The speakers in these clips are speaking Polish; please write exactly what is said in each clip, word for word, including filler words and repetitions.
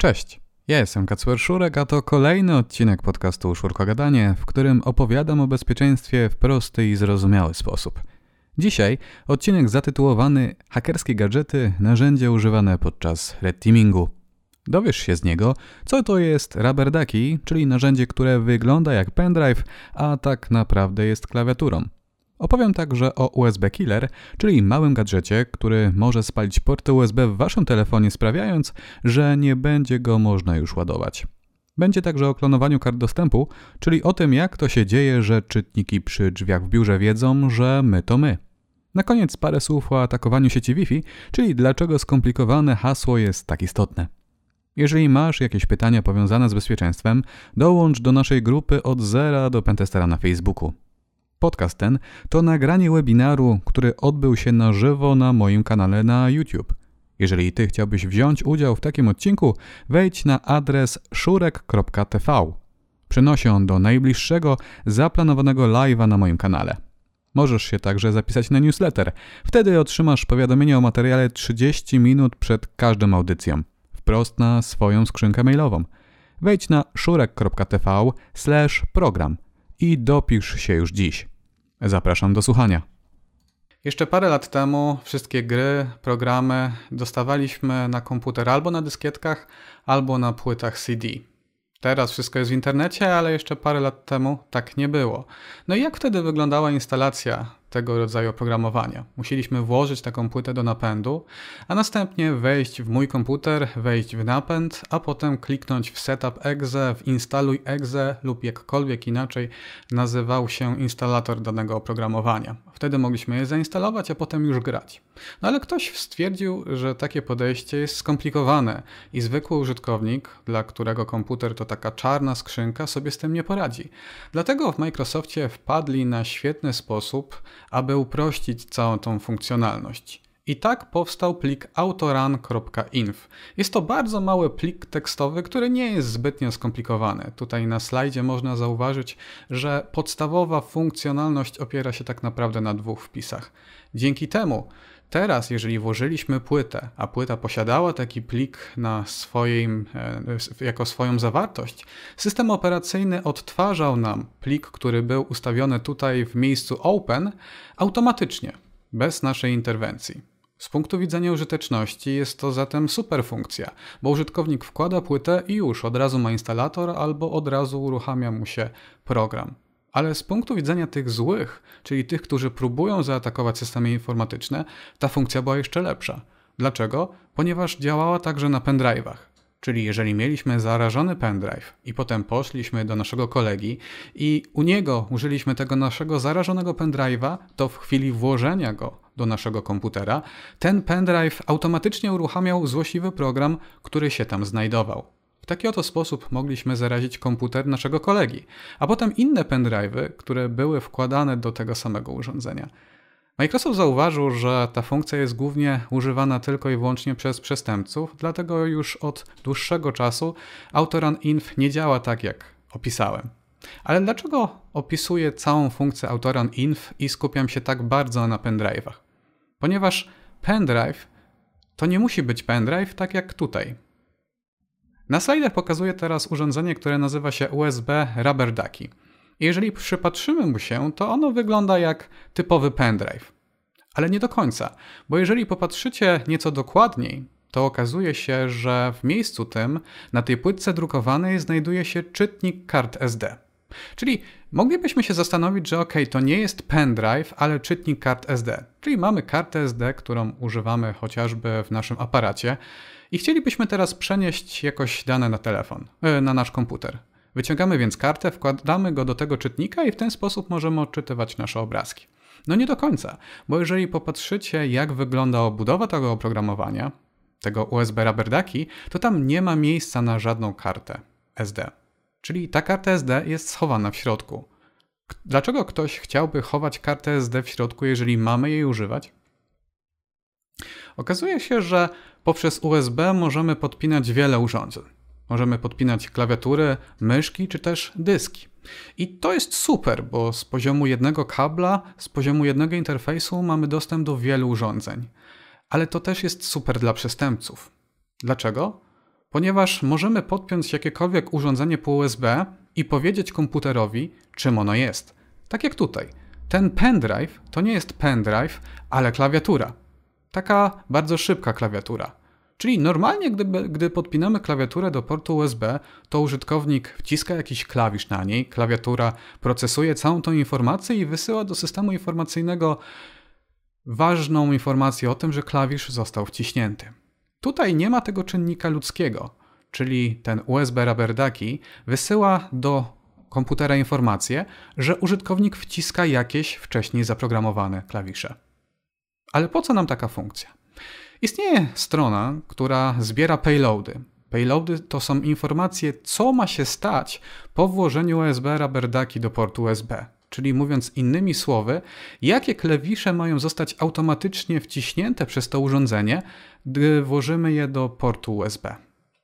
Cześć, ja jestem Kacper Szurek, a to kolejny odcinek podcastu Szurko Gadanie, w którym opowiadam o bezpieczeństwie w prosty i zrozumiały sposób. Dzisiaj odcinek zatytułowany Hakerskie gadżety, narzędzie używane podczas red teamingu. Dowiesz się z niego, co to jest Rubber Ducky, czyli narzędzie, które wygląda jak pendrive, a tak naprawdę jest klawiaturą. Opowiem także o U S B Killer, czyli małym gadżecie, który może spalić porty U S B w waszym telefonie, sprawiając, że nie będzie go można już ładować. Będzie także o klonowaniu kart dostępu, czyli o tym, jak to się dzieje, że czytniki przy drzwiach w biurze wiedzą, że my to my. Na koniec parę słów o atakowaniu sieci Wi-Fi, czyli dlaczego skomplikowane hasło jest tak istotne. Jeżeli masz jakieś pytania powiązane z bezpieczeństwem, dołącz do naszej grupy od zera do Pentestera na Facebooku. Podcast ten to nagranie webinaru, który odbył się na żywo na moim kanale na YouTube. Jeżeli ty chciałbyś wziąć udział w takim odcinku, wejdź na adres szurek kropka t v. Przenosi on do najbliższego zaplanowanego live'a na moim kanale. Możesz się także zapisać na newsletter. Wtedy otrzymasz powiadomienie o materiale trzydzieści minut przed każdą audycją, wprost na swoją skrzynkę mailową. Wejdź na szurek kropka t v slash program i dopisz się już dziś. Zapraszam do słuchania. Jeszcze parę lat temu wszystkie gry, programy dostawaliśmy na komputer albo na dyskietkach, albo na płytach C D. Teraz wszystko jest w internecie, ale jeszcze parę lat temu tak nie było. No i jak wtedy wyglądała instalacja tego rodzaju oprogramowania? Musieliśmy włożyć taką płytę do napędu, a następnie wejść w mój komputer, wejść w napęd, a potem kliknąć w Setup Exe, w Instaluj Exe lub jakkolwiek inaczej nazywał się instalator danego oprogramowania. Wtedy mogliśmy je zainstalować, a potem już grać. No ale ktoś stwierdził, że takie podejście jest skomplikowane i zwykły użytkownik, dla którego komputer to taka czarna skrzynka, sobie z tym nie poradzi. Dlatego w Microsoftie wpadli na świetny sposób, aby uprościć całą tą funkcjonalność. I tak powstał plik autorun kropka inf. Jest to bardzo mały plik tekstowy, który nie jest zbytnio skomplikowany. Tutaj na slajdzie można zauważyć, że podstawowa funkcjonalność opiera się tak naprawdę na dwóch wpisach. Dzięki temu teraz, jeżeli włożyliśmy płytę, a płyta posiadała taki plik na swoim, jako swoją zawartość, system operacyjny odtwarzał nam plik, który był ustawiony tutaj w miejscu Open, automatycznie, bez naszej interwencji. Z punktu widzenia użyteczności jest to zatem super funkcja, bo użytkownik wkłada płytę i już od razu ma instalator albo od razu uruchamia mu się program. Ale z punktu widzenia tych złych, czyli tych, którzy próbują zaatakować systemy informatyczne, ta funkcja była jeszcze lepsza. Dlaczego? Ponieważ działała także na pendrive'ach. Czyli jeżeli mieliśmy zarażony pendrive i potem poszliśmy do naszego kolegi i u niego użyliśmy tego naszego zarażonego pendrive'a, to w chwili włożenia go do naszego komputera, ten pendrive automatycznie uruchamiał złośliwy program, który się tam znajdował. W taki oto sposób mogliśmy zarazić komputer naszego kolegi, a potem inne pendrive'y, które były wkładane do tego samego urządzenia. Microsoft zauważył, że ta funkcja jest głównie używana tylko i wyłącznie przez przestępców, dlatego już od dłuższego czasu autorun inf nie działa tak, jak opisałem. Ale dlaczego opisuję całą funkcję autorun inf i skupiam się tak bardzo na pendrive'ach? Ponieważ pendrive to nie musi być pendrive tak jak tutaj. Na slajdach pokazuję teraz urządzenie, które nazywa się U S B Rubber Ducky. Jeżeli przypatrzymy mu się, to ono wygląda jak typowy pendrive. Ale nie do końca, bo jeżeli popatrzycie nieco dokładniej, to okazuje się, że w miejscu tym, na tej płytce drukowanej znajduje się czytnik kart S D. Czyli moglibyśmy się zastanowić, że ok, to nie jest pendrive, ale czytnik kart S D. Czyli mamy kartę S D, którą używamy chociażby w naszym aparacie i chcielibyśmy teraz przenieść jakoś dane na telefon, na nasz komputer. Wyciągamy więc kartę, wkładamy go do tego czytnika i w ten sposób możemy odczytywać nasze obrazki. No nie do końca, bo jeżeli popatrzycie, jak wygląda obudowa tego oprogramowania, tego U S B Rubber Ducky, to tam nie ma miejsca na żadną kartę S D. Czyli ta karta S D jest schowana w środku. Dlaczego ktoś chciałby chować kartę S D w środku, jeżeli mamy jej używać? Okazuje się, że poprzez U S B możemy podpinać wiele urządzeń. Możemy podpinać klawiatury, myszki czy też dyski. I to jest super, bo z poziomu jednego kabla, z poziomu jednego interfejsu mamy dostęp do wielu urządzeń. Ale to też jest super dla przestępców. Dlaczego? ponieważ możemy podpiąć jakiekolwiek urządzenie po U S B i powiedzieć komputerowi, czym ono jest. Tak jak tutaj. Ten pendrive to nie jest pendrive, ale klawiatura. Taka bardzo szybka klawiatura. Czyli normalnie, gdyby, gdy podpinamy klawiaturę do portu U S B, to użytkownik wciska jakiś klawisz na niej, klawiatura procesuje całą tą informację i wysyła do systemu informacyjnego ważną informację o tym, że klawisz został wciśnięty. Tutaj nie ma tego czynnika ludzkiego, czyli ten U S B Rubber Ducky wysyła do komputera informację, że użytkownik wciska jakieś wcześniej zaprogramowane klawisze. Ale po co nam taka funkcja? Istnieje strona, która zbiera payloady. Payloady to są informacje, co ma się stać po włożeniu U S B Rubber Ducky do portu U S B. Czyli mówiąc innymi słowy, jakie klawisze mają zostać automatycznie wciśnięte przez to urządzenie, gdy włożymy je do portu U S B.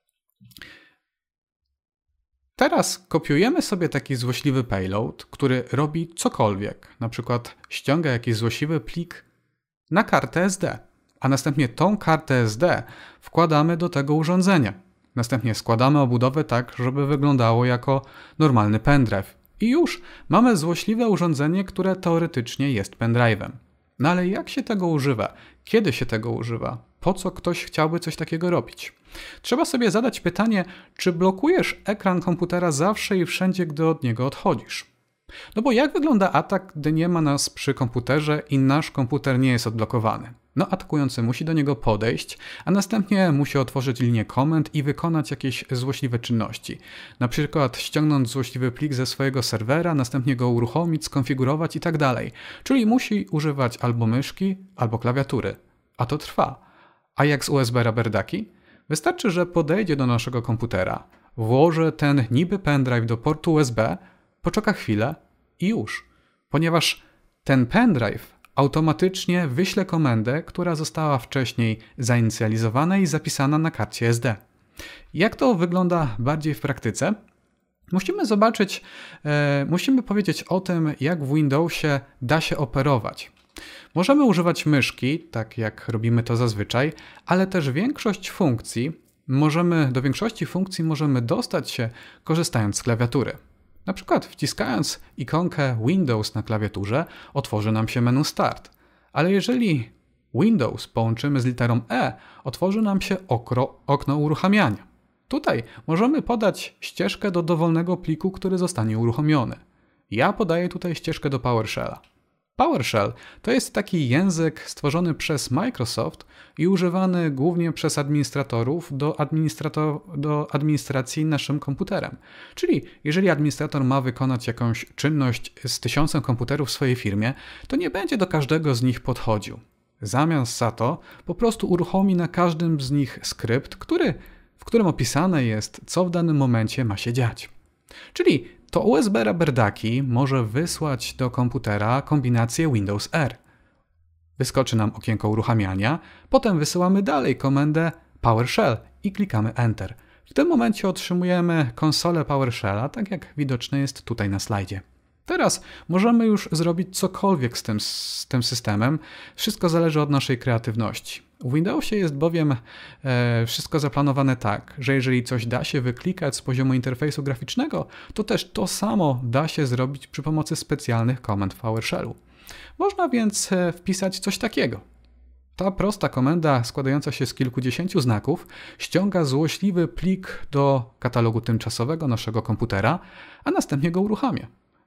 Teraz kopiujemy sobie taki złośliwy payload, który robi cokolwiek, na przykład ściąga jakiś złośliwy plik na kartę S D, a następnie tą kartę S D wkładamy do tego urządzenia. Następnie składamy obudowę tak, żeby wyglądało jako normalny pendrive. I już mamy złośliwe urządzenie, które teoretycznie jest pendrive'em. No ale jak się tego używa? Kiedy się tego używa? Po co ktoś chciałby coś takiego robić? Trzeba sobie zadać pytanie, czy blokujesz ekran komputera zawsze i wszędzie, gdy od niego odchodzisz? No bo jak wygląda atak, gdy nie ma nas przy komputerze i nasz komputer nie jest odblokowany? No atakujący musi do niego podejść, a następnie musi otworzyć linię komend i wykonać jakieś złośliwe czynności. Na przykład ściągnąć złośliwy plik ze swojego serwera, następnie go uruchomić, skonfigurować i tak dalej. Czyli musi używać albo myszki, albo klawiatury. A to trwa. A jak z U S B Rubber Ducky? Wystarczy, że podejdzie do naszego komputera, włoży ten niby pendrive do portu U S B, poczeka chwilę i już. Ponieważ ten pendrive automatycznie wyśle komendę, która została wcześniej zainicjalizowana i zapisana na karcie S D. Jak to wygląda bardziej w praktyce? Musimy zobaczyć, e, musimy powiedzieć o tym, jak w Windowsie da się operować. Możemy używać myszki, tak jak robimy to zazwyczaj, ale też większość funkcji możemy, do większości funkcji możemy dostać się korzystając z klawiatury. Na przykład wciskając ikonkę Windows na klawiaturze otworzy nam się menu Start, ale jeżeli Windows połączymy z literą E, otworzy nam się okro, okno uruchamiania. Tutaj możemy podać ścieżkę do dowolnego pliku, który zostanie uruchomiony. Ja podaję tutaj ścieżkę do PowerShella. PowerShell to jest taki język stworzony przez Microsoft i używany głównie przez administratorów do, administrator- do administracji naszym komputerem. Czyli jeżeli administrator ma wykonać jakąś czynność z tysiącem komputerów w swojej firmie, to nie będzie do każdego z nich podchodził. Zamiast za to po prostu uruchomi na każdym z nich skrypt, który, w którym opisane jest, co w danym momencie ma się dziać. Czyli to U S B Rubber Ducky może wysłać do komputera kombinację Windows R. Wyskoczy nam okienko uruchamiania, potem wysyłamy dalej komendę PowerShell i klikamy Enter. W tym momencie otrzymujemy konsolę PowerShella, tak jak widoczne jest tutaj na slajdzie. Teraz możemy już zrobić cokolwiek z tym, z tym systemem. Wszystko zależy od naszej kreatywności. W Windowsie jest bowiem e, wszystko zaplanowane tak, że jeżeli coś da się wyklikać z poziomu interfejsu graficznego, to też to samo da się zrobić przy pomocy specjalnych komend w PowerShellu. Można więc e, wpisać coś takiego. Ta prosta komenda składająca się z kilkudziesięciu znaków ściąga złośliwy plik do katalogu tymczasowego naszego komputera, a następnie go uruchamia.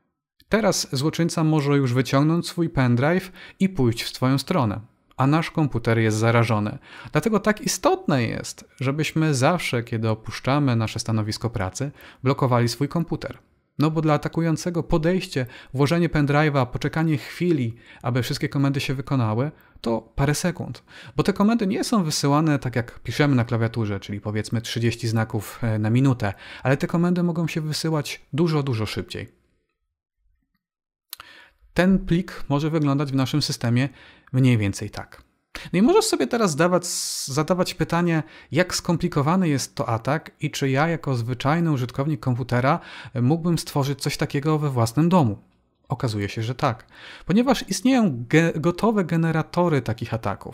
Teraz złoczyńca może już wyciągnąć swój pendrive i pójść w swoją stronę, a nasz komputer jest zarażony. Dlatego tak istotne jest, żebyśmy zawsze, kiedy opuszczamy nasze stanowisko pracy, blokowali swój komputer. No bo dla atakującego podejście, włożenie pendrive'a, poczekanie chwili, aby wszystkie komendy się wykonały, to parę sekund. Bo te komendy nie są wysyłane tak jak piszemy na klawiaturze, czyli powiedzmy trzydzieści znaków na minutę, ale te komendy mogą się wysyłać dużo, dużo szybciej. Ten plik może wyglądać w naszym systemie mniej więcej tak. No i możesz sobie teraz zdawać, zadawać pytanie, jak skomplikowany jest to atak i czy ja jako zwyczajny użytkownik komputera mógłbym stworzyć coś takiego we własnym domu. Okazuje się, że tak, ponieważ istnieją ge- gotowe generatory takich ataków.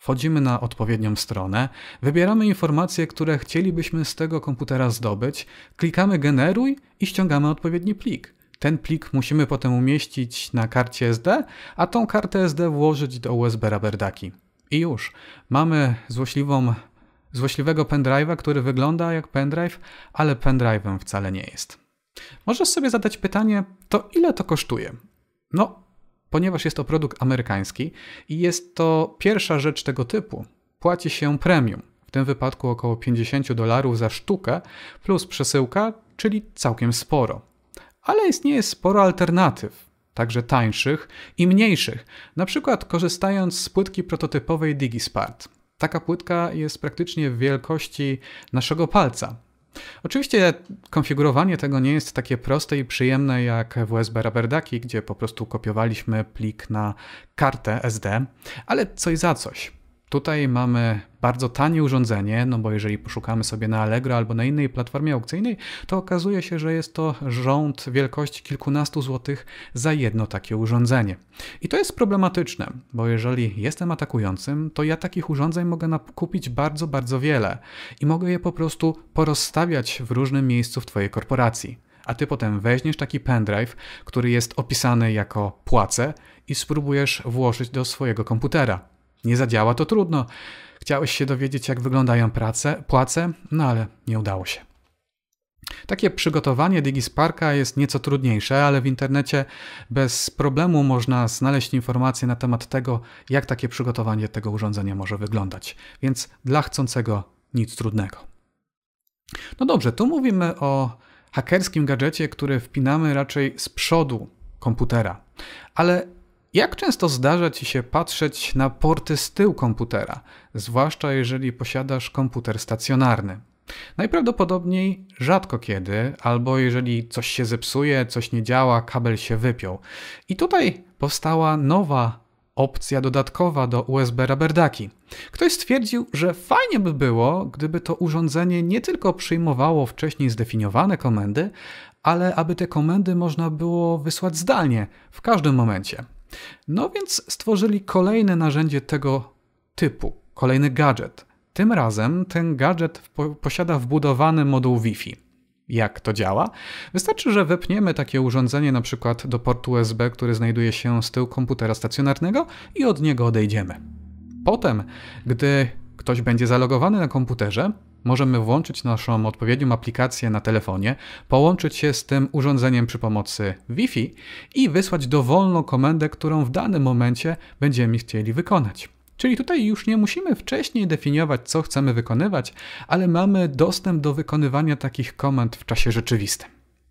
Wchodzimy na odpowiednią stronę, wybieramy informacje, które chcielibyśmy z tego komputera zdobyć, klikamy generuj i ściągamy odpowiedni plik. Ten plik musimy potem umieścić na karcie S D, a tą kartę S D włożyć do U S B Rubber-Ducky. I już. Mamy złośliwą, złośliwego pendrive'a, który wygląda jak pendrive, ale pendrive'em wcale nie jest. Możesz sobie zadać pytanie, to ile to kosztuje? No, ponieważ jest to produkt amerykański i jest to pierwsza rzecz tego typu, płaci się premium. W tym wypadku około pięćdziesiąt dolarów za sztukę plus przesyłka, czyli całkiem sporo. Ale istnieje sporo alternatyw, także tańszych i mniejszych, na przykład korzystając z płytki prototypowej DigiSpart. Taka płytka jest praktycznie w wielkości naszego palca. Oczywiście konfigurowanie tego nie jest takie proste i przyjemne jak w U S B Rubber-Ducky, gdzie po prostu kopiowaliśmy plik na kartę S D, ale coś za coś. Tutaj mamy bardzo tanie urządzenie, no bo jeżeli poszukamy sobie na Allegro albo na innej platformie aukcyjnej, to okazuje się, że jest to rząd wielkości kilkunastu złotych za jedno takie urządzenie. I to jest problematyczne, bo jeżeli jestem atakującym, to ja takich urządzeń mogę kupić bardzo, bardzo wiele i mogę je po prostu porozstawiać w różnym miejscu w twojej korporacji. A ty potem weźmiesz taki pendrive, który jest opisany jako płace i spróbujesz włożyć do swojego komputera. Nie zadziała, to trudno. Chciałeś się dowiedzieć, jak wyglądają prace, płace, no ale nie udało się. Takie przygotowanie DigiSparka jest nieco trudniejsze, ale w internecie bez problemu można znaleźć informacje na temat tego, jak takie przygotowanie tego urządzenia może wyglądać. Więc dla chcącego nic trudnego. No dobrze, tu mówimy o hakerskim gadżecie, który wpinamy raczej z przodu komputera. Ale jak często zdarza ci się patrzeć na porty z tyłu komputera, zwłaszcza jeżeli posiadasz komputer stacjonarny? Najprawdopodobniej rzadko kiedy, albo jeżeli coś się zepsuje, coś nie działa, kabel się wypiął. I tutaj powstała nowa opcja dodatkowa do U S B Rubber-Ducky. Ktoś stwierdził, że fajnie by było, gdyby to urządzenie nie tylko przyjmowało wcześniej zdefiniowane komendy, ale aby te komendy można było wysłać zdalnie, w każdym momencie. No więc stworzyli kolejne narzędzie tego typu, kolejny gadżet. Tym razem ten gadżet posiada wbudowany moduł Wi-Fi. Jak to działa? Wystarczy, że wepniemy takie urządzenie na przykład do portu U S B, który znajduje się z tyłu komputera stacjonarnego i od niego odejdziemy. Potem, gdy ktoś będzie zalogowany na komputerze, możemy włączyć naszą odpowiednią aplikację na telefonie, połączyć się z tym urządzeniem przy pomocy Wi-Fi i wysłać dowolną komendę, którą w danym momencie będziemy chcieli wykonać. Czyli tutaj już nie musimy wcześniej definiować, co chcemy wykonywać, ale mamy dostęp do wykonywania takich komend w czasie rzeczywistym.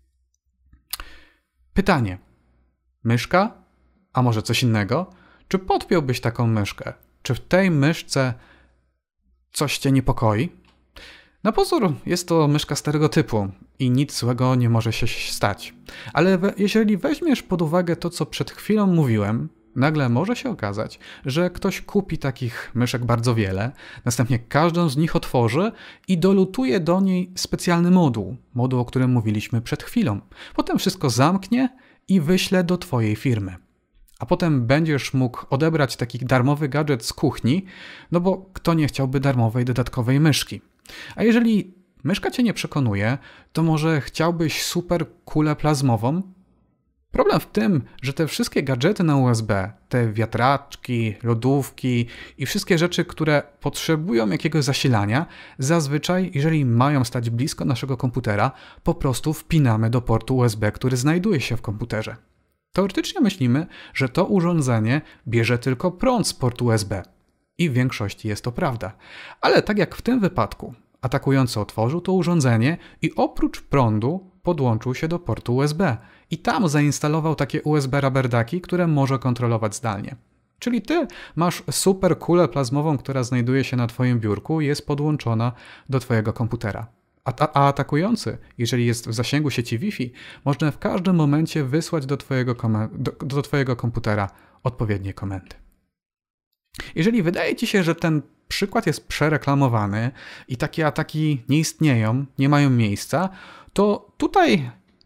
Pytanie. Myszka? A może coś innego? Czy podpiąłbyś taką myszkę? Czy w tej myszce coś cię niepokoi? Na pozór jest to myszka starego typu i nic złego nie może się stać. Ale we, jeżeli weźmiesz pod uwagę to, co przed chwilą mówiłem, nagle może się okazać, że ktoś kupi takich myszek bardzo wiele, następnie każdą z nich otworzy i dolutuje do niej specjalny moduł, moduł, o którym mówiliśmy przed chwilą. Potem wszystko zamknie i wyśle do twojej firmy. A potem będziesz mógł odebrać taki darmowy gadżet z kuchni, no bo kto nie chciałby darmowej dodatkowej myszki? A jeżeli myszka cię nie przekonuje, to może chciałbyś super kulę plazmową? Problem w tym, że te wszystkie gadżety na U S B, te wiatraczki, lodówki i wszystkie rzeczy, które potrzebują jakiegoś zasilania, zazwyczaj, jeżeli mają stać blisko naszego komputera, po prostu wpinamy do portu U S B, który znajduje się w komputerze. Teoretycznie myślimy, że to urządzenie bierze tylko prąd z portu U S B. I w większości jest to prawda. Ale tak jak w tym wypadku, atakujący otworzył to urządzenie i oprócz prądu podłączył się do portu U S B. I tam zainstalował takie U S B Rubber-Ducky, które może kontrolować zdalnie. Czyli ty masz super kulę plazmową, która znajduje się na twoim biurku i jest podłączona do twojego komputera. A, a atakujący, jeżeli jest w zasięgu sieci Wi-Fi, można w każdym momencie wysłać do twojego, do, do twojego komputera odpowiednie komendy. Jeżeli wydaje ci się, że ten przykład jest przereklamowany i takie ataki nie istnieją, nie mają miejsca, to tutaj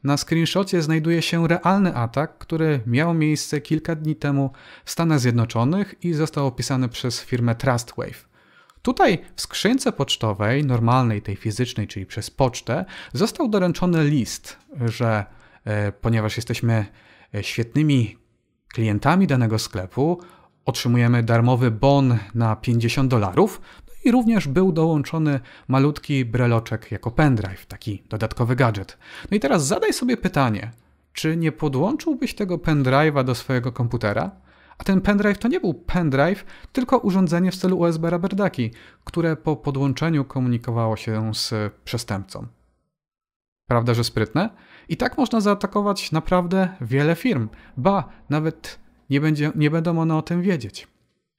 na screenshocie znajduje się realny atak, który miał miejsce kilka dni temu w Stanach Zjednoczonych i został opisany przez firmę Trustwave. Tutaj w skrzynce pocztowej, normalnej, tej fizycznej, czyli przez pocztę, został doręczony list, że e, ponieważ jesteśmy świetnymi klientami danego sklepu, otrzymujemy darmowy bon na pięćdziesiąt dolarów, no i również był dołączony malutki breloczek jako pendrive, taki dodatkowy gadżet. No i teraz zadaj sobie pytanie, czy nie podłączyłbyś tego pendrive'a do swojego komputera? A ten pendrive to nie był pendrive, tylko urządzenie w stylu U S B Rubber-Ducky, które po podłączeniu komunikowało się z przestępcą. Prawda, że sprytne? I tak można zaatakować naprawdę wiele firm. Ba, nawet nie, będzie, nie będą one o tym wiedzieć.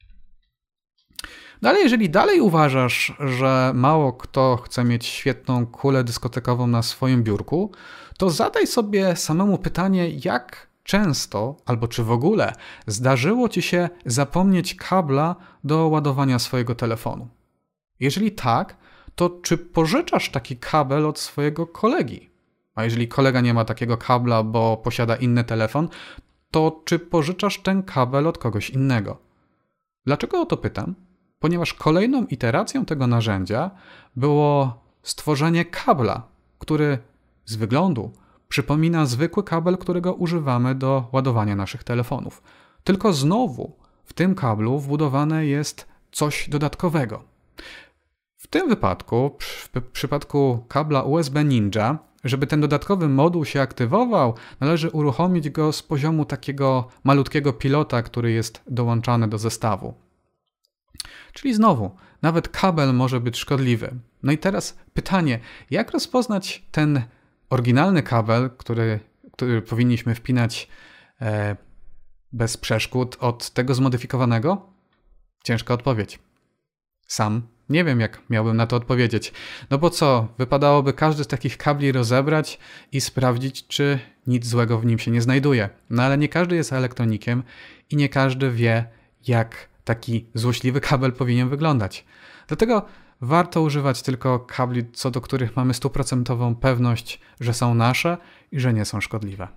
No ale jeżeli dalej uważasz, że mało kto chce mieć świetną kulę dyskotekową na swoim biurku, to zadaj sobie samemu pytanie, jak często, albo czy w ogóle, zdarzyło ci się zapomnieć kabla do ładowania swojego telefonu. Jeżeli tak, to czy pożyczasz taki kabel od swojego kolegi? A jeżeli kolega nie ma takiego kabla, bo posiada inny telefon, to czy pożyczasz ten kabel od kogoś innego? Dlaczego o to pytam? Ponieważ kolejną iteracją tego narzędzia było stworzenie kabla, który z wyglądu przypomina zwykły kabel, którego używamy do ładowania naszych telefonów. Tylko znowu w tym kablu wbudowane jest coś dodatkowego. W tym wypadku, w przypadku kabla U S B Ninja, żeby ten dodatkowy moduł się aktywował, należy uruchomić go z poziomu takiego malutkiego pilota, który jest dołączany do zestawu. Czyli znowu, nawet kabel może być szkodliwy. No i teraz pytanie, jak rozpoznać ten oryginalny kabel, który, który powinniśmy wpinać e, bez przeszkód, od tego zmodyfikowanego? Ciężka odpowiedź. Sam nie wiem, jak miałbym na to odpowiedzieć. No bo co, wypadałoby każdy z takich kabli rozebrać i sprawdzić, czy nic złego w nim się nie znajduje. No ale nie każdy jest elektronikiem i nie każdy wie, jak taki złośliwy kabel powinien wyglądać. Dlatego warto używać tylko kabli, co do których mamy stuprocentową pewność, że są nasze i że nie są szkodliwe.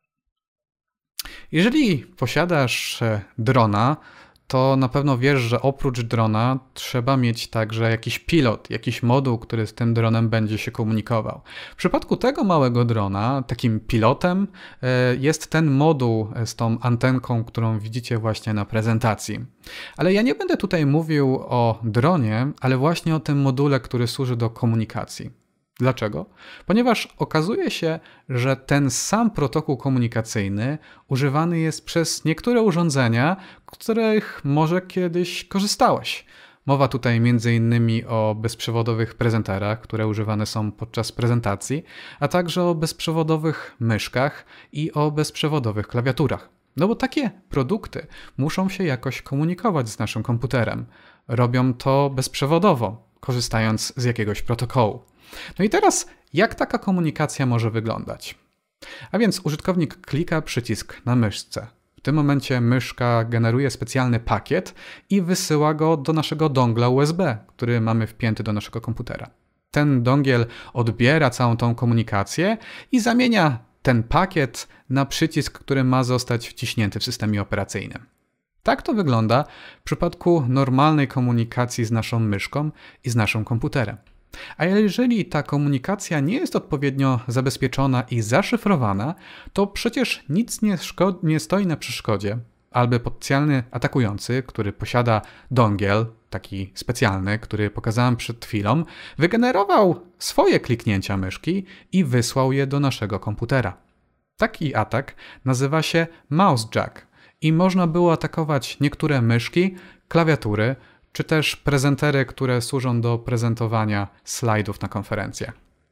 Jeżeli posiadasz drona, to na pewno wiesz, że oprócz drona trzeba mieć także jakiś pilot, jakiś moduł, który z tym dronem będzie się komunikował. W przypadku tego małego drona, takim pilotem jest ten moduł z tą antenką, którą widzicie właśnie na prezentacji. Ale ja nie będę tutaj mówił o dronie, ale właśnie o tym module, który służy do komunikacji. Dlaczego? Ponieważ okazuje się, że ten sam protokół komunikacyjny używany jest przez niektóre urządzenia, których może kiedyś korzystałeś. Mowa tutaj między innymi o bezprzewodowych prezenterach, które używane są podczas prezentacji, a także o bezprzewodowych myszkach i o bezprzewodowych klawiaturach. No bo takie produkty muszą się jakoś komunikować z naszym komputerem. Robią to bezprzewodowo, korzystając z jakiegoś protokołu. No i teraz, jak taka komunikacja może wyglądać? A więc użytkownik klika przycisk na myszce. W tym momencie myszka generuje specjalny pakiet i wysyła go do naszego dongla U S B, który mamy wpięty do naszego komputera. Ten dongiel odbiera całą tą komunikację i zamienia ten pakiet na przycisk, który ma zostać wciśnięty w systemie operacyjnym. Tak to wygląda w przypadku normalnej komunikacji z naszą myszką i z naszym komputerem. A jeżeli ta komunikacja nie jest odpowiednio zabezpieczona i zaszyfrowana, to przecież nic nie, szko- nie stoi na przeszkodzie, aby potencjalny atakujący, który posiada dongiel, taki specjalny, który pokazałem przed chwilą, wygenerował swoje kliknięcia myszki i wysłał je do naszego komputera. Taki atak nazywa się mousejack i można było atakować niektóre myszki, klawiatury, czy też prezentery, które służą do prezentowania slajdów na konferencję.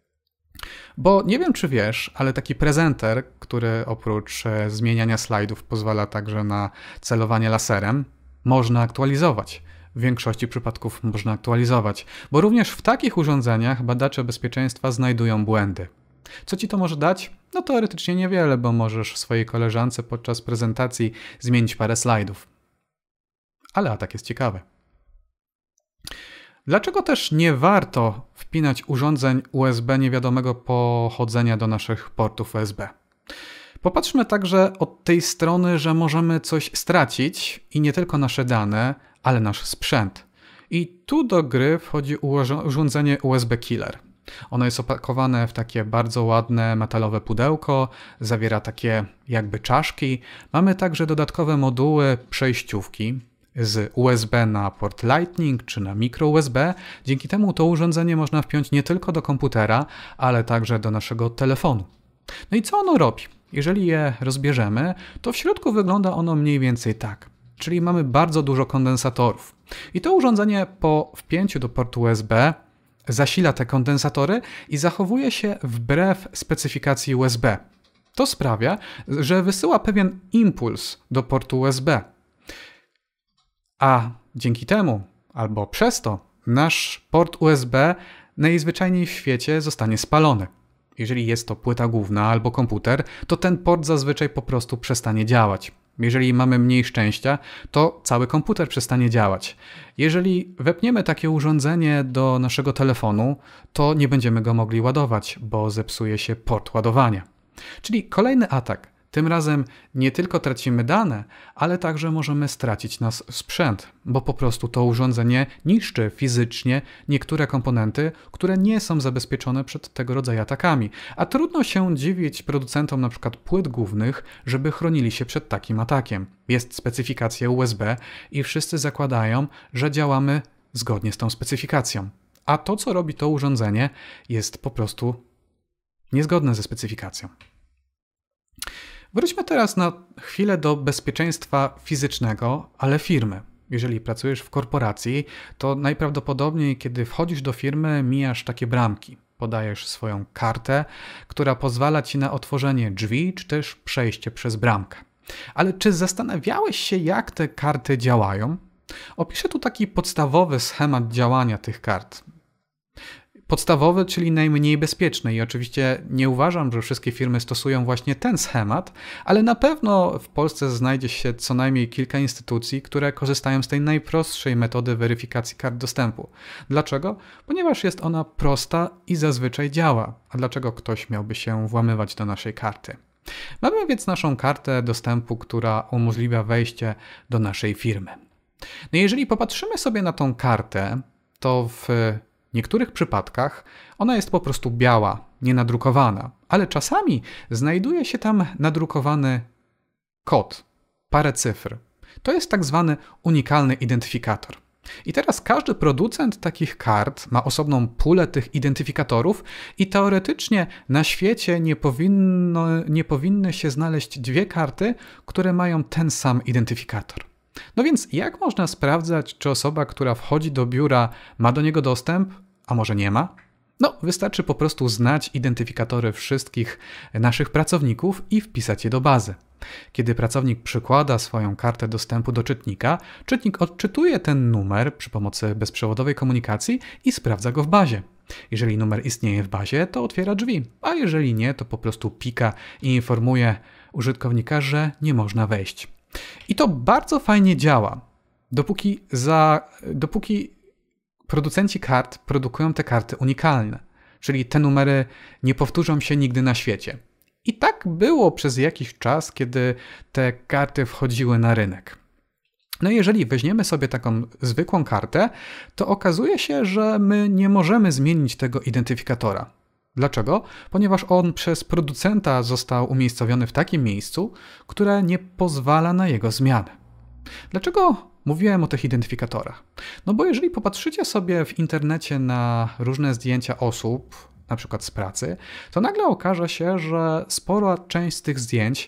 Bo nie wiem, czy wiesz, ale taki prezenter, który oprócz zmieniania slajdów pozwala także na celowanie laserem, można aktualizować. W większości przypadków można aktualizować, bo również w takich urządzeniach badacze bezpieczeństwa znajdują błędy. Co ci to może dać? No teoretycznie niewiele, bo możesz swojej koleżance podczas prezentacji zmienić parę slajdów. Ale atak jest ciekawy. Dlaczego też nie warto wpinać urządzeń U S B niewiadomego pochodzenia do naszych portów U S B? Popatrzmy także od tej strony, że możemy coś stracić i nie tylko nasze dane, ale nasz sprzęt. I tu do gry wchodzi urządzenie U S B Killer. Ono jest opakowane w takie bardzo ładne metalowe pudełko, zawiera takie jakby czaszki. Mamy także dodatkowe moduły przejściówki z U S B na port Lightning czy na micro U S B. Dzięki temu to urządzenie można wpiąć nie tylko do komputera, ale także do naszego telefonu. No i co ono robi? Jeżeli je rozbierzemy, to w środku wygląda ono mniej więcej tak. Czyli mamy bardzo dużo kondensatorów. I to urządzenie po wpięciu do portu U S B zasila te kondensatory i zachowuje się wbrew specyfikacji U S B. To sprawia, że wysyła pewien impuls do portu U S B. A dzięki temu, albo przez to, nasz port U S B najzwyczajniej w świecie zostanie spalony. Jeżeli jest to płyta główna albo komputer, to ten port zazwyczaj po prostu przestanie działać. Jeżeli mamy mniej szczęścia, to cały komputer przestanie działać. Jeżeli wepniemy takie urządzenie do naszego telefonu, to nie będziemy go mogli ładować, bo zepsuje się port ładowania. Czyli kolejny atak. Tym razem nie tylko tracimy dane, ale także możemy stracić nasz sprzęt, bo po prostu to urządzenie niszczy fizycznie niektóre komponenty, które nie są zabezpieczone przed tego rodzaju atakami. A trudno się dziwić producentom np. płyt głównych, żeby chronili się przed takim atakiem. Jest specyfikacja U S B i wszyscy zakładają, że działamy zgodnie z tą specyfikacją. A to, co robi to urządzenie, jest po prostu niezgodne ze specyfikacją. Wróćmy teraz na chwilę do bezpieczeństwa fizycznego, ale firmy. Jeżeli pracujesz w korporacji, to najprawdopodobniej, kiedy wchodzisz do firmy, mijasz takie bramki. Podajesz swoją kartę, która pozwala ci na otworzenie drzwi, czy też przejście przez bramkę. Ale czy zastanawiałeś się, jak te karty działają? Opiszę tu taki podstawowy schemat działania tych kart. Podstawowy, czyli najmniej bezpieczny i oczywiście nie uważam, że wszystkie firmy stosują właśnie ten schemat, ale na pewno w Polsce znajdzie się co najmniej kilka instytucji, które korzystają z tej najprostszej metody weryfikacji kart dostępu. Dlaczego? Ponieważ jest ona prosta i zazwyczaj działa. A dlaczego ktoś miałby się włamywać do naszej karty? Mamy więc naszą kartę dostępu, która umożliwia wejście do naszej firmy. No i jeżeli popatrzymy sobie na tą kartę, to w W niektórych przypadkach ona jest po prostu biała, nienadrukowana, ale czasami znajduje się tam nadrukowany kod, parę cyfr. To jest tak zwany unikalny identyfikator. I teraz każdy producent takich kart ma osobną pulę tych identyfikatorów i teoretycznie na świecie nie powinno, nie powinny się znaleźć dwie karty, które mają ten sam identyfikator. No więc jak można sprawdzać, czy osoba, która wchodzi do biura, ma do niego dostęp, a może nie ma? No, wystarczy po prostu znać identyfikatory wszystkich naszych pracowników i wpisać je do bazy. Kiedy pracownik przykłada swoją kartę dostępu do czytnika, czytnik odczytuje ten numer przy pomocy bezprzewodowej komunikacji i sprawdza go w bazie. Jeżeli numer istnieje w bazie, to otwiera drzwi, a jeżeli nie, to po prostu pika i informuje użytkownika, że nie można wejść. I to bardzo fajnie działa, dopóki, za, dopóki producenci kart produkują te karty unikalne, czyli te numery nie powtórzą się nigdy na świecie. I tak było przez jakiś czas, kiedy te karty wchodziły na rynek. No i jeżeli weźmiemy sobie taką zwykłą kartę, to okazuje się, że my nie możemy zmienić tego identyfikatora. Dlaczego? Ponieważ on przez producenta został umiejscowiony w takim miejscu, które nie pozwala na jego zmianę. Dlaczego mówiłem o tych identyfikatorach? No bo jeżeli popatrzycie sobie w internecie na różne zdjęcia osób, na przykład z pracy, to nagle okaże się, że spora część z tych zdjęć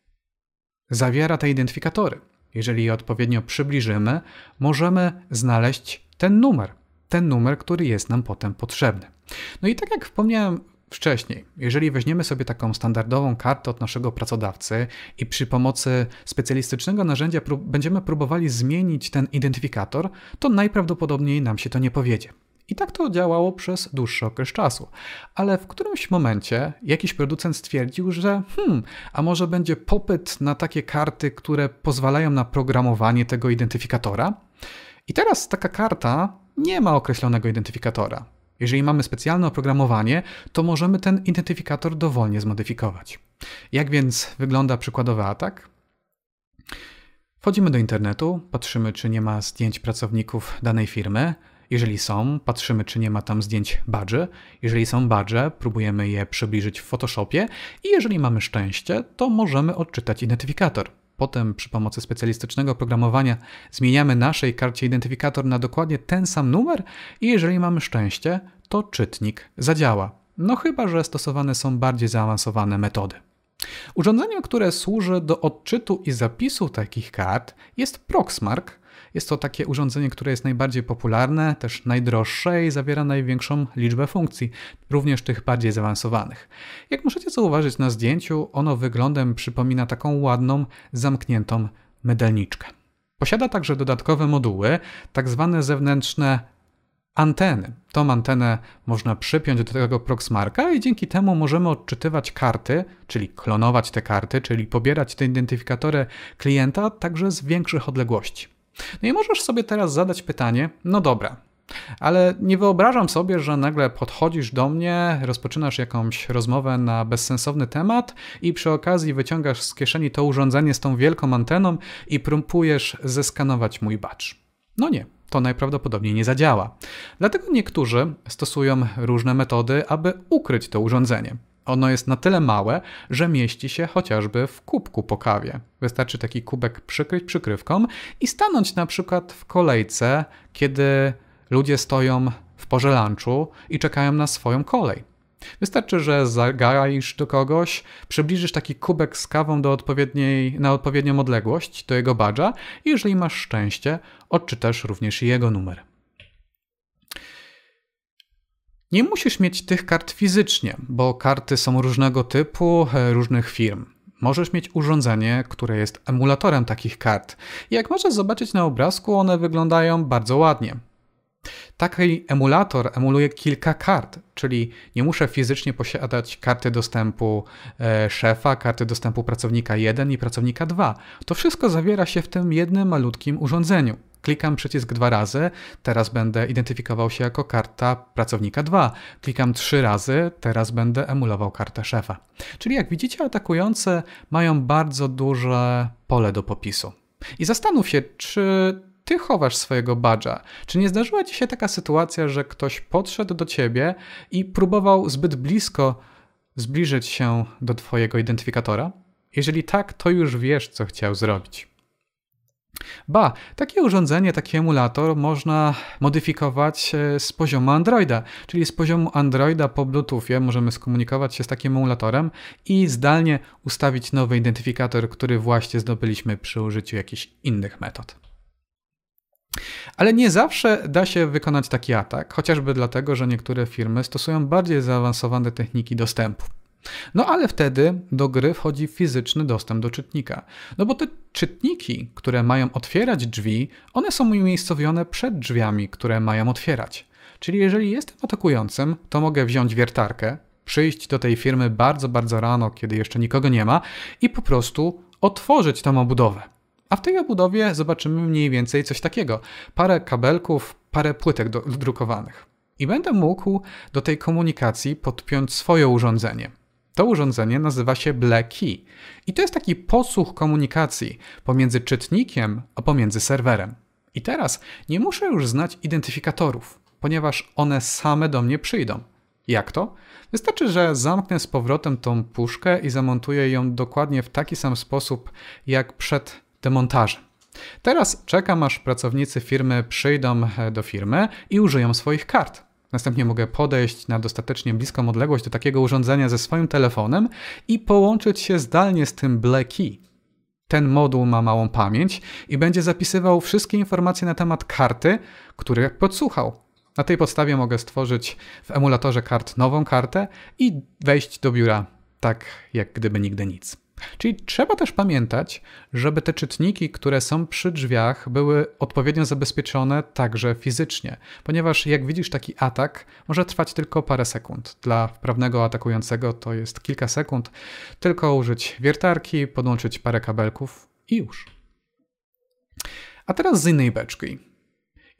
zawiera te identyfikatory. Jeżeli je odpowiednio przybliżymy, możemy znaleźć ten numer. Ten numer, który jest nam potem potrzebny. No i tak jak wspomniałem wcześniej, jeżeli weźmiemy sobie taką standardową kartę od naszego pracodawcy i przy pomocy specjalistycznego narzędzia prób- będziemy próbowali zmienić ten identyfikator, to najprawdopodobniej nam się to nie powiedzie. I tak to działało przez dłuższy okres czasu. Ale w którymś momencie jakiś producent stwierdził, że hmm, a może będzie popyt na takie karty, które pozwalają na programowanie tego identyfikatora? I teraz taka karta nie ma określonego identyfikatora. Jeżeli mamy specjalne oprogramowanie, to możemy ten identyfikator dowolnie zmodyfikować. Jak więc wygląda przykładowy atak? Wchodzimy do internetu, patrzymy, czy nie ma zdjęć pracowników danej firmy. Jeżeli są, patrzymy, czy nie ma tam zdjęć badży. Jeżeli są badże, próbujemy je przybliżyć w Photoshopie i jeżeli mamy szczęście, to możemy odczytać identyfikator. Potem przy pomocy specjalistycznego oprogramowania zmieniamy naszej karcie identyfikator na dokładnie ten sam numer i jeżeli mamy szczęście, to czytnik zadziała. No chyba że stosowane są bardziej zaawansowane metody. Urządzeniem, które służy do odczytu i zapisu takich kart jest Proxmark. Jest to takie urządzenie, które jest najbardziej popularne, też najdroższe i zawiera największą liczbę funkcji, również tych bardziej zaawansowanych. Jak możecie zauważyć na zdjęciu, ono wyglądem przypomina taką ładną, zamkniętą mydelniczkę. Posiada także dodatkowe moduły, tak zwane zewnętrzne anteny. Tą antenę można przypiąć do tego Proxmarka i dzięki temu możemy odczytywać karty, czyli klonować te karty, czyli pobierać te identyfikatory klienta także z większych odległości. No i możesz sobie teraz zadać pytanie, no dobra, ale nie wyobrażam sobie, że nagle podchodzisz do mnie, rozpoczynasz jakąś rozmowę na bezsensowny temat i przy okazji wyciągasz z kieszeni to urządzenie z tą wielką anteną i próbujesz zeskanować mój badge. No nie, to najprawdopodobniej nie zadziała. Dlatego niektórzy stosują różne metody, aby ukryć to urządzenie. Ono jest na tyle małe, że mieści się chociażby w kubku po kawie. Wystarczy taki kubek przykryć przykrywką i stanąć na przykład w kolejce, kiedy ludzie stoją w porze lunchu i czekają na swoją kolej. Wystarczy, że zagaisz do kogoś, przybliżysz taki kubek z kawą do odpowiedniej, na odpowiednią odległość do jego badża i jeżeli masz szczęście, odczytasz również jego numer. Nie musisz mieć tych kart fizycznie, bo karty są różnego typu, różnych firm. Możesz mieć urządzenie, które jest emulatorem takich kart. I jak możesz zobaczyć na obrazku, one wyglądają bardzo ładnie. Taki emulator emuluje kilka kart, czyli nie muszę fizycznie posiadać karty dostępu e, szefa, karty dostępu pracownika jeden i pracownika dwa. To wszystko zawiera się w tym jednym malutkim urządzeniu. Klikam przycisk dwa razy, teraz będę identyfikował się jako karta pracownika dwa. Klikam trzy razy, teraz będę emulował kartę szefa. Czyli jak widzicie, atakujące mają bardzo duże pole do popisu. I zastanów się, czy ty chowasz swojego badża. Czy nie zdarzyła ci się taka sytuacja, że ktoś podszedł do ciebie i próbował zbyt blisko zbliżyć się do twojego identyfikatora? Jeżeli tak, to już wiesz, co chciał zrobić. Ba, takie urządzenie, taki emulator można modyfikować z poziomu Androida, czyli z poziomu Androida po Bluetoothie możemy skomunikować się z takim emulatorem i zdalnie ustawić nowy identyfikator, który właśnie zdobyliśmy przy użyciu jakichś innych metod. Ale nie zawsze da się wykonać taki atak, chociażby dlatego, że niektóre firmy stosują bardziej zaawansowane techniki dostępu. No ale wtedy do gry wchodzi fizyczny dostęp do czytnika. No bo te czytniki, które mają otwierać drzwi, one są umiejscowione przed drzwiami, które mają otwierać. Czyli jeżeli jestem atakującym, to mogę wziąć wiertarkę, przyjść do tej firmy bardzo, bardzo rano, kiedy jeszcze nikogo nie ma i po prostu otworzyć tą obudowę. A w tej obudowie zobaczymy mniej więcej coś takiego. Parę kabelków, parę płytek do, drukowanych. I będę mógł do tej komunikacji podpiąć swoje urządzenie. To urządzenie nazywa się Black Key. I to jest taki posłuch komunikacji pomiędzy czytnikiem a pomiędzy serwerem. I teraz nie muszę już znać identyfikatorów, ponieważ one same do mnie przyjdą. Jak to? Wystarczy, że zamknę z powrotem tą puszkę i zamontuję ją dokładnie w taki sam sposób jak przed demontażem. Teraz czekam, aż pracownicy firmy przyjdą do firmy i użyją swoich kart. Następnie mogę podejść na dostatecznie bliską odległość do takiego urządzenia ze swoim telefonem i połączyć się zdalnie z tym Black Key. Ten moduł ma małą pamięć i będzie zapisywał wszystkie informacje na temat karty, których podsłuchał. Na tej podstawie mogę stworzyć w emulatorze kart nową kartę i wejść do biura tak, jak gdyby nigdy nic. Czyli trzeba też pamiętać, żeby te czytniki, które są przy drzwiach, były odpowiednio zabezpieczone także fizycznie, ponieważ jak widzisz, taki atak może trwać tylko parę sekund. Dla wprawnego atakującego to jest kilka sekund, tylko użyć wiertarki, podłączyć parę kabelków i już. A teraz z innej beczki.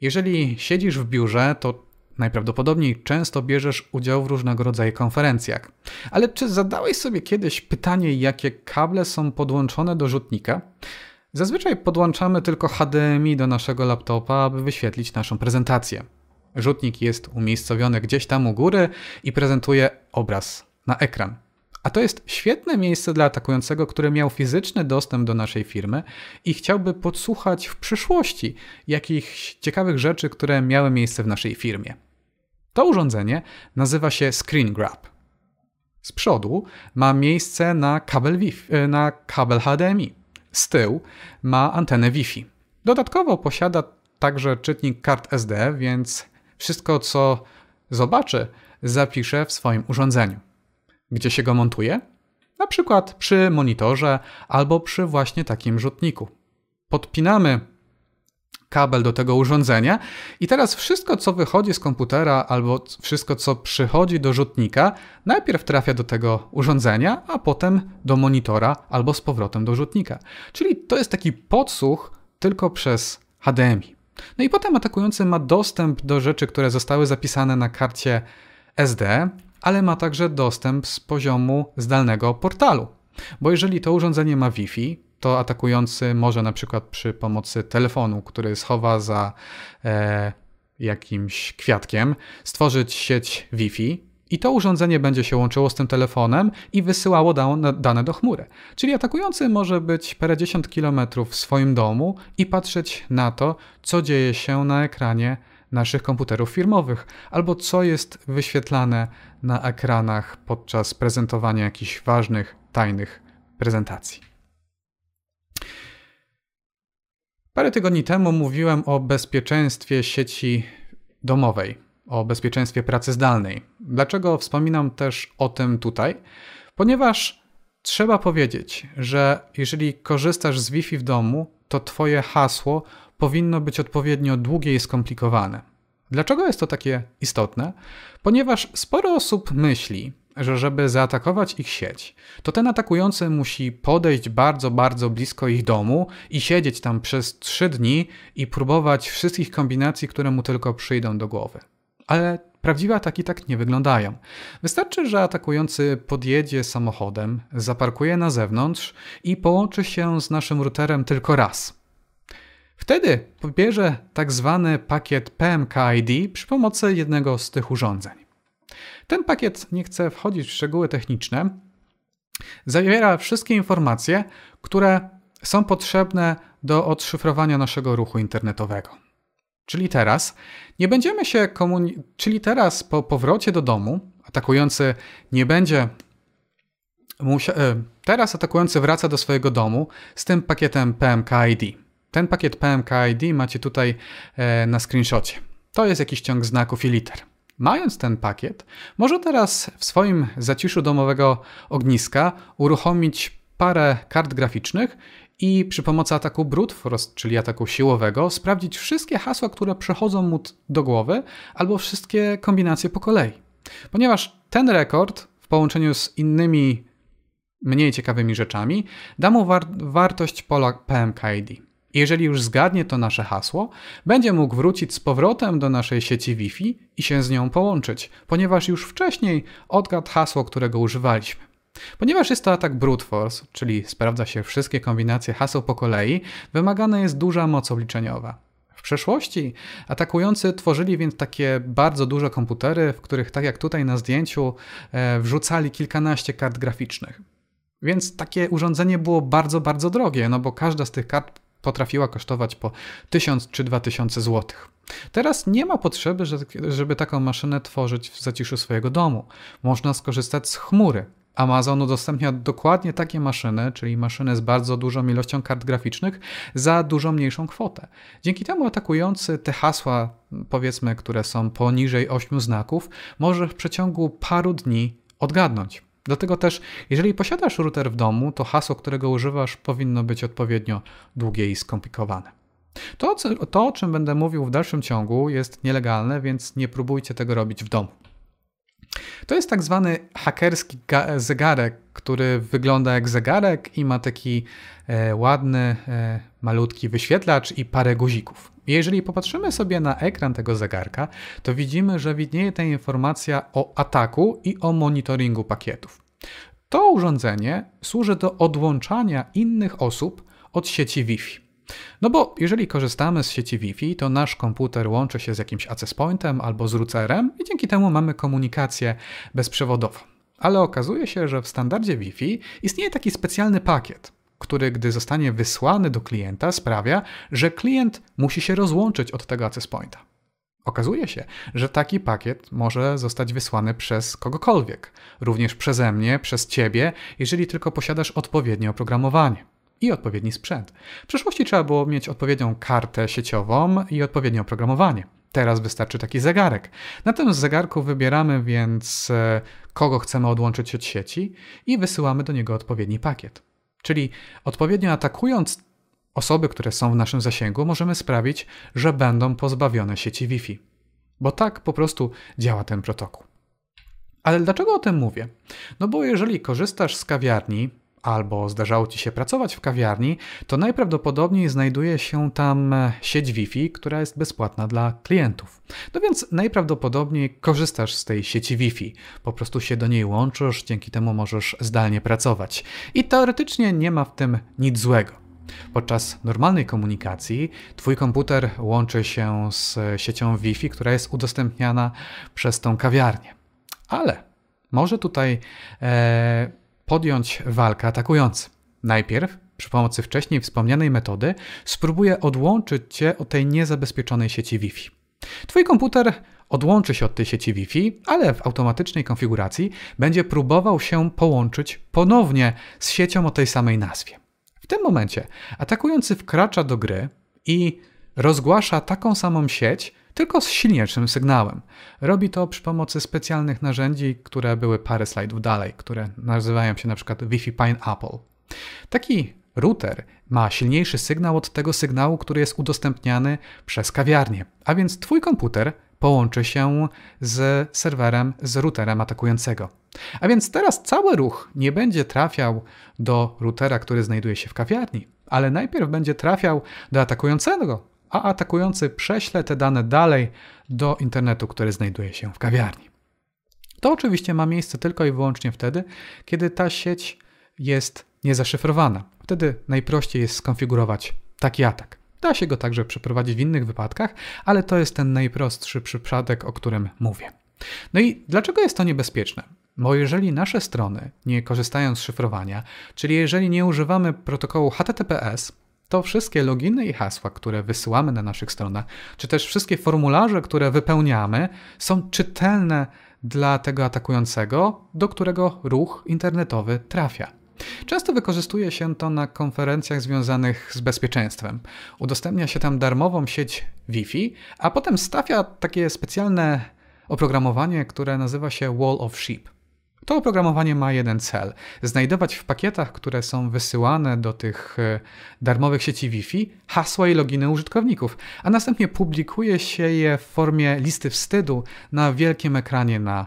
Jeżeli siedzisz w biurze, to najprawdopodobniej często bierzesz udział w różnego rodzaju konferencjach. Ale czy zadałeś sobie kiedyś pytanie, jakie kable są podłączone do rzutnika? Zazwyczaj podłączamy tylko H D M I do naszego laptopa, aby wyświetlić naszą prezentację. Rzutnik jest umiejscowiony gdzieś tam u góry i prezentuje obraz na ekran. A to jest świetne miejsce dla atakującego, który miał fizyczny dostęp do naszej firmy i chciałby podsłuchać w przyszłości jakichś ciekawych rzeczy, które miały miejsce w naszej firmie. To urządzenie nazywa się Screen Grab. Z przodu ma miejsce na kabel, Wi-Fi, na kabel H D M I. Z tyłu ma antenę Wi-Fi. Dodatkowo posiada także czytnik kart S D, więc wszystko, co zobaczy, zapisze w swoim urządzeniu. Gdzie się go montuje? Na przykład przy monitorze albo przy właśnie takim rzutniku. Podpinamy kabel do tego urządzenia i teraz wszystko, co wychodzi z komputera albo wszystko, co przychodzi do rzutnika, najpierw trafia do tego urządzenia, a potem do monitora albo z powrotem do rzutnika. Czyli to jest taki podsłuch tylko przez H D M I. No i potem atakujący ma dostęp do rzeczy, które zostały zapisane na karcie S D, ale ma także dostęp z poziomu zdalnego portalu. Bo jeżeli to urządzenie ma Wi-Fi, to atakujący może na przykład przy pomocy telefonu, który schowa za e, jakimś kwiatkiem, stworzyć sieć Wi-Fi i to urządzenie będzie się łączyło z tym telefonem i wysyłało dane do chmury. Czyli atakujący może być parędziesiąt kilometrów w swoim domu i patrzeć na to, co dzieje się na ekranie naszych komputerów firmowych, albo co jest wyświetlane na ekranach podczas prezentowania jakichś ważnych, tajnych prezentacji. Parę tygodni temu mówiłem o bezpieczeństwie sieci domowej, o bezpieczeństwie pracy zdalnej. Dlaczego wspominam też o tym tutaj? Ponieważ trzeba powiedzieć, że jeżeli korzystasz z Wi-Fi w domu, to Twoje hasło powinno być odpowiednio długie i skomplikowane. Dlaczego jest to takie istotne? Ponieważ sporo osób myśli, że żeby zaatakować ich sieć, to ten atakujący musi podejść bardzo, bardzo blisko ich domu i siedzieć tam przez trzy dni i próbować wszystkich kombinacji, które mu tylko przyjdą do głowy. Ale prawdziwe ataki tak nie wyglądają. Wystarczy, że atakujący podjedzie samochodem, zaparkuje na zewnątrz i połączy się z naszym routerem tylko raz. Wtedy pobierze tak zwany pakiet P M K I D przy pomocy jednego z tych urządzeń. Ten pakiet, nie chcę wchodzić w szczegóły techniczne, zawiera wszystkie informacje, które są potrzebne do odszyfrowania naszego ruchu internetowego. Czyli teraz nie będziemy się komuni- czyli teraz po powrocie do domu atakujący nie będzie musia- teraz atakujący wraca do swojego domu z tym pakietem P M K I D. Ten pakiet P M K I D macie tutaj e, na screenshocie. To jest jakiś ciąg znaków i liter. Mając ten pakiet, może teraz w swoim zaciszu domowego ogniska uruchomić parę kart graficznych i przy pomocy ataku brute force, czyli ataku siłowego, sprawdzić wszystkie hasła, które przychodzą mu do głowy, albo wszystkie kombinacje po kolei. Ponieważ ten rekord w połączeniu z innymi mniej ciekawymi rzeczami da mu war- wartość pola P M K I D. Jeżeli już zgadnie to nasze hasło, będzie mógł wrócić z powrotem do naszej sieci Wi-Fi i się z nią połączyć, ponieważ już wcześniej odgadł hasło, którego używaliśmy. Ponieważ jest to atak brute force, czyli sprawdza się wszystkie kombinacje haseł po kolei, wymagana jest duża moc obliczeniowa. W przeszłości atakujący tworzyli więc takie bardzo duże komputery, w których, tak jak tutaj na zdjęciu, e, wrzucali kilkanaście kart graficznych. Więc takie urządzenie było bardzo, bardzo drogie, no bo każda z tych kart potrafiła kosztować po tysiąc czy dwa tysiące złotych. Teraz nie ma potrzeby, żeby taką maszynę tworzyć w zaciszu swojego domu. Można skorzystać z chmury. Amazon udostępnia dokładnie takie maszyny, czyli maszyny z bardzo dużą ilością kart graficznych, za dużo mniejszą kwotę. Dzięki temu atakujący te hasła, powiedzmy, które są poniżej ośmiu znaków, może w przeciągu paru dni odgadnąć. Dlatego też, jeżeli posiadasz router w domu, to hasło, którego używasz, powinno być odpowiednio długie i skomplikowane. To, to, o czym będę mówił w dalszym ciągu, jest nielegalne, więc nie próbujcie tego robić w domu. To jest tak zwany hakerski zegarek który wygląda jak zegarek i ma taki e, ładny, e, malutki wyświetlacz i parę guzików. Jeżeli popatrzymy sobie na ekran tego zegarka, to widzimy, że widnieje ta informacja o ataku i o monitoringu pakietów. To urządzenie służy do odłączania innych osób od sieci Wi-Fi. No bo jeżeli korzystamy z sieci Wi-Fi, to nasz komputer łączy się z jakimś access pointem albo z routerem i dzięki temu mamy komunikację bezprzewodową. Ale okazuje się, że w standardzie Wi-Fi istnieje taki specjalny pakiet, który gdy zostanie wysłany do klienta sprawia, że klient musi się rozłączyć od tego access pointa. Okazuje się, że taki pakiet może zostać wysłany przez kogokolwiek, również przeze mnie, przez ciebie, jeżeli tylko posiadasz odpowiednie oprogramowanie i odpowiedni sprzęt. W przeszłości trzeba było mieć odpowiednią kartę sieciową i odpowiednie oprogramowanie. Teraz wystarczy taki zegarek. Na tym zegarku wybieramy więc, kogo chcemy odłączyć od sieci i wysyłamy do niego odpowiedni pakiet. Czyli odpowiednio atakując osoby, które są w naszym zasięgu, możemy sprawić, że będą pozbawione sieci Wi-Fi. Bo tak po prostu działa ten protokół. Ale dlaczego o tym mówię? No bo jeżeli korzystasz z kawiarni, albo zdarzało ci się pracować w kawiarni, to najprawdopodobniej znajduje się tam sieć Wi-Fi, która jest bezpłatna dla klientów. No więc najprawdopodobniej korzystasz z tej sieci Wi-Fi. Po prostu się do niej łączysz, dzięki temu możesz zdalnie pracować. I teoretycznie nie ma w tym nic złego. Podczas normalnej komunikacji twój komputer łączy się z siecią Wi-Fi, która jest udostępniana przez tą kawiarnię. Ale może tutaj e, podjąć walkę atakujący. Najpierw, przy pomocy wcześniej wspomnianej metody, spróbuje odłączyć cię od tej niezabezpieczonej sieci Wi-Fi. Twój komputer odłączy się od tej sieci Wi-Fi, ale w automatycznej konfiguracji będzie próbował się połączyć ponownie z siecią o tej samej nazwie. W tym momencie atakujący wkracza do gry i rozgłasza taką samą sieć, tylko z silniejszym sygnałem. Robi to przy pomocy specjalnych narzędzi, które były parę slajdów dalej, które nazywają się na przykład Wi-Fi Pineapple. Taki router ma silniejszy sygnał od tego sygnału, który jest udostępniany przez kawiarnię, a więc twój komputer połączy się z serwerem, z routerem atakującego. A więc teraz cały ruch nie będzie trafiał do routera, który znajduje się w kawiarni, ale najpierw będzie trafiał do atakującego, a atakujący prześle te dane dalej do internetu, który znajduje się w kawiarni. To oczywiście ma miejsce tylko i wyłącznie wtedy, kiedy ta sieć jest niezaszyfrowana. Wtedy najprościej jest skonfigurować taki atak. Da się go także przeprowadzić w innych wypadkach, ale to jest ten najprostszy przypadek, o którym mówię. No i dlaczego jest to niebezpieczne? Bo jeżeli nasze strony nie korzystają z szyfrowania, czyli jeżeli nie używamy protokołu H T T P S, to wszystkie loginy i hasła, które wysyłamy na naszych stronach, czy też wszystkie formularze, które wypełniamy, są czytelne dla tego atakującego, do którego ruch internetowy trafia. Często wykorzystuje się to na konferencjach związanych z bezpieczeństwem. Udostępnia się tam darmową sieć Wi-Fi, a potem stawia takie specjalne oprogramowanie, które nazywa się Wall of Sheep. To oprogramowanie ma jeden cel – znajdować w pakietach, które są wysyłane do tych darmowych sieci Wi-Fi, hasła i loginy użytkowników, a następnie publikuje się je w formie listy wstydu na wielkim ekranie na,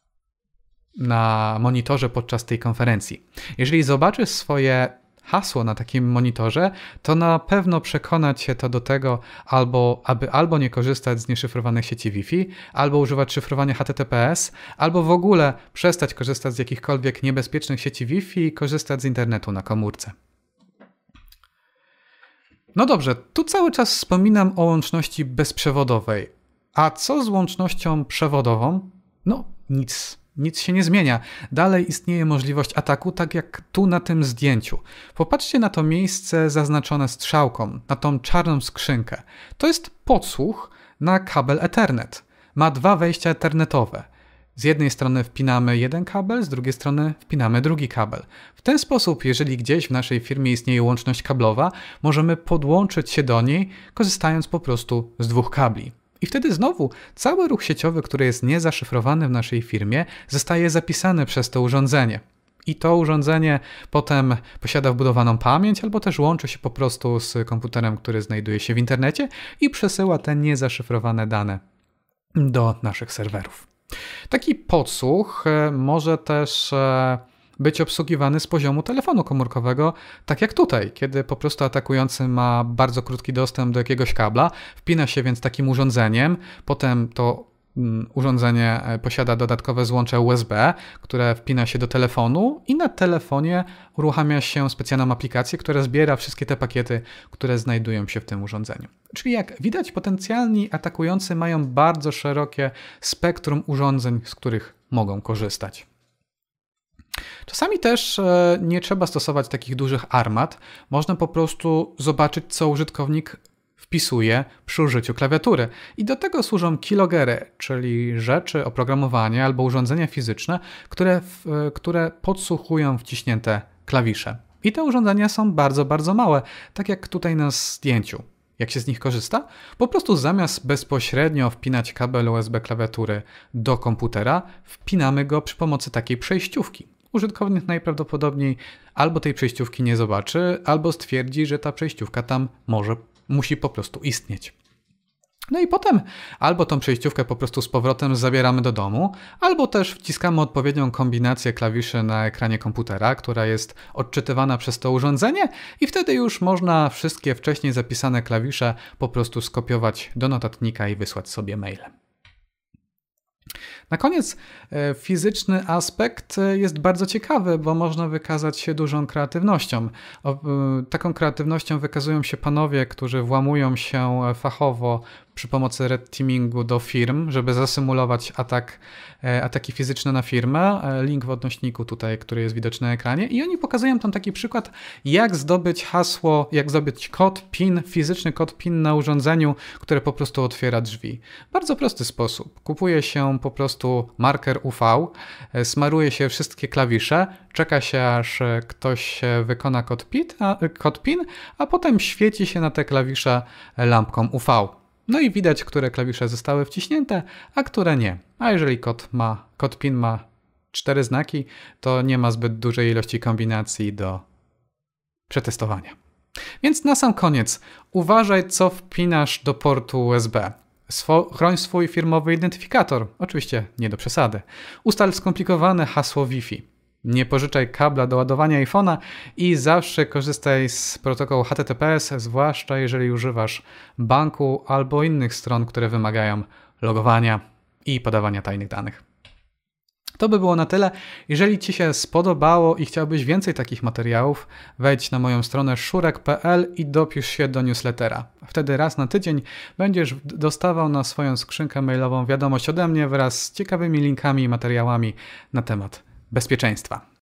na monitorze podczas tej konferencji. Jeżeli zobaczysz swoje hasło na takim monitorze, to na pewno przekona cię to do tego, albo, aby albo nie korzystać z nieszyfrowanych sieci Wi-Fi, albo używać szyfrowania H T T P S, albo w ogóle przestać korzystać z jakichkolwiek niebezpiecznych sieci Wi-Fi i korzystać z internetu na komórce. No dobrze, tu cały czas wspominam o łączności bezprzewodowej. A co z łącznością przewodową? No nic. Nic się nie zmienia. Dalej istnieje możliwość ataku, tak jak tu na tym zdjęciu. Popatrzcie na to miejsce zaznaczone strzałką, na tą czarną skrzynkę. To jest podsłuch na kabel Ethernet. Ma dwa wejścia ethernetowe. Z jednej strony wpinamy jeden kabel, z drugiej strony wpinamy drugi kabel. W ten sposób, jeżeli gdzieś w naszej firmie istnieje łączność kablowa, możemy podłączyć się do niej, korzystając po prostu z dwóch kabli. I wtedy znowu cały ruch sieciowy, który jest niezaszyfrowany w naszej firmie, zostaje zapisany przez to urządzenie. I to urządzenie potem posiada wbudowaną pamięć albo też łączy się po prostu z komputerem, który znajduje się w internecie i przesyła te niezaszyfrowane dane do naszych serwerów. Taki podsłuch może też być obsługiwany z poziomu telefonu komórkowego, tak jak tutaj, kiedy po prostu atakujący ma bardzo krótki dostęp do jakiegoś kabla, wpina się więc takim urządzeniem, potem to urządzenie posiada dodatkowe złącze U S B, które wpina się do telefonu i na telefonie uruchamia się specjalną aplikację, która zbiera wszystkie te pakiety, które znajdują się w tym urządzeniu. Czyli jak widać, potencjalni atakujący mają bardzo szerokie spektrum urządzeń, z których mogą korzystać. Czasami też nie trzeba stosować takich dużych armat. Można po prostu zobaczyć, co użytkownik wpisuje przy użyciu klawiatury. I do tego służą keylogery, czyli rzeczy, oprogramowanie albo urządzenia fizyczne, które, które podsłuchują wciśnięte klawisze. I te urządzenia są bardzo, bardzo małe, tak jak tutaj na zdjęciu. Jak się z nich korzysta? Po prostu zamiast bezpośrednio wpinać kabel U S B klawiatury do komputera, wpinamy go przy pomocy takiej przejściówki. Użytkownik najprawdopodobniej albo tej przejściówki nie zobaczy, albo stwierdzi, że ta przejściówka tam może, musi po prostu istnieć. No i potem albo tą przejściówkę po prostu z powrotem zabieramy do domu, albo też wciskamy odpowiednią kombinację klawiszy na ekranie komputera, która jest odczytywana przez to urządzenie i wtedy już można wszystkie wcześniej zapisane klawisze po prostu skopiować do notatnika i wysłać sobie mailem. Na koniec fizyczny aspekt jest bardzo ciekawy, bo można wykazać się dużą kreatywnością. O, taką kreatywnością wykazują się panowie, którzy włamują się fachowo przy pomocy red teamingu do firm, żeby zasymulować atak, ataki fizyczne na firmę. Link w odnośniku tutaj, który jest widoczny na ekranie. I oni pokazują tam taki przykład, jak zdobyć hasło, jak zdobyć kod PIN, fizyczny kod PIN na urządzeniu, które po prostu otwiera drzwi. Bardzo prosty sposób. Kupuje się po prostu marker U V, smaruje się wszystkie klawisze, czeka się, aż ktoś wykona kod PIN, a, kod PIN, a potem świeci się na te klawisze lampką U V. No i widać, które klawisze zostały wciśnięte, a które nie. A jeżeli kod, ma, kod PIN ma cztery znaki, to nie ma zbyt dużej ilości kombinacji do przetestowania. Więc na sam koniec, uważaj, co wpinasz do portu U S B. Swo- chroń swój firmowy identyfikator, oczywiście nie do przesady. Ustal skomplikowane hasło Wi-Fi. Nie pożyczaj kabla do ładowania iPhone'a i zawsze korzystaj z protokołu H T T P S, zwłaszcza jeżeli używasz banku albo innych stron, które wymagają logowania i podawania tajnych danych. To by było na tyle. Jeżeli Ci się spodobało i chciałbyś więcej takich materiałów, wejdź na moją stronę szurek kropka p l i dopisz się do newslettera. Wtedy raz na tydzień będziesz dostawał na swoją skrzynkę mailową wiadomość ode mnie wraz z ciekawymi linkami i materiałami na temat bezpieczeństwa.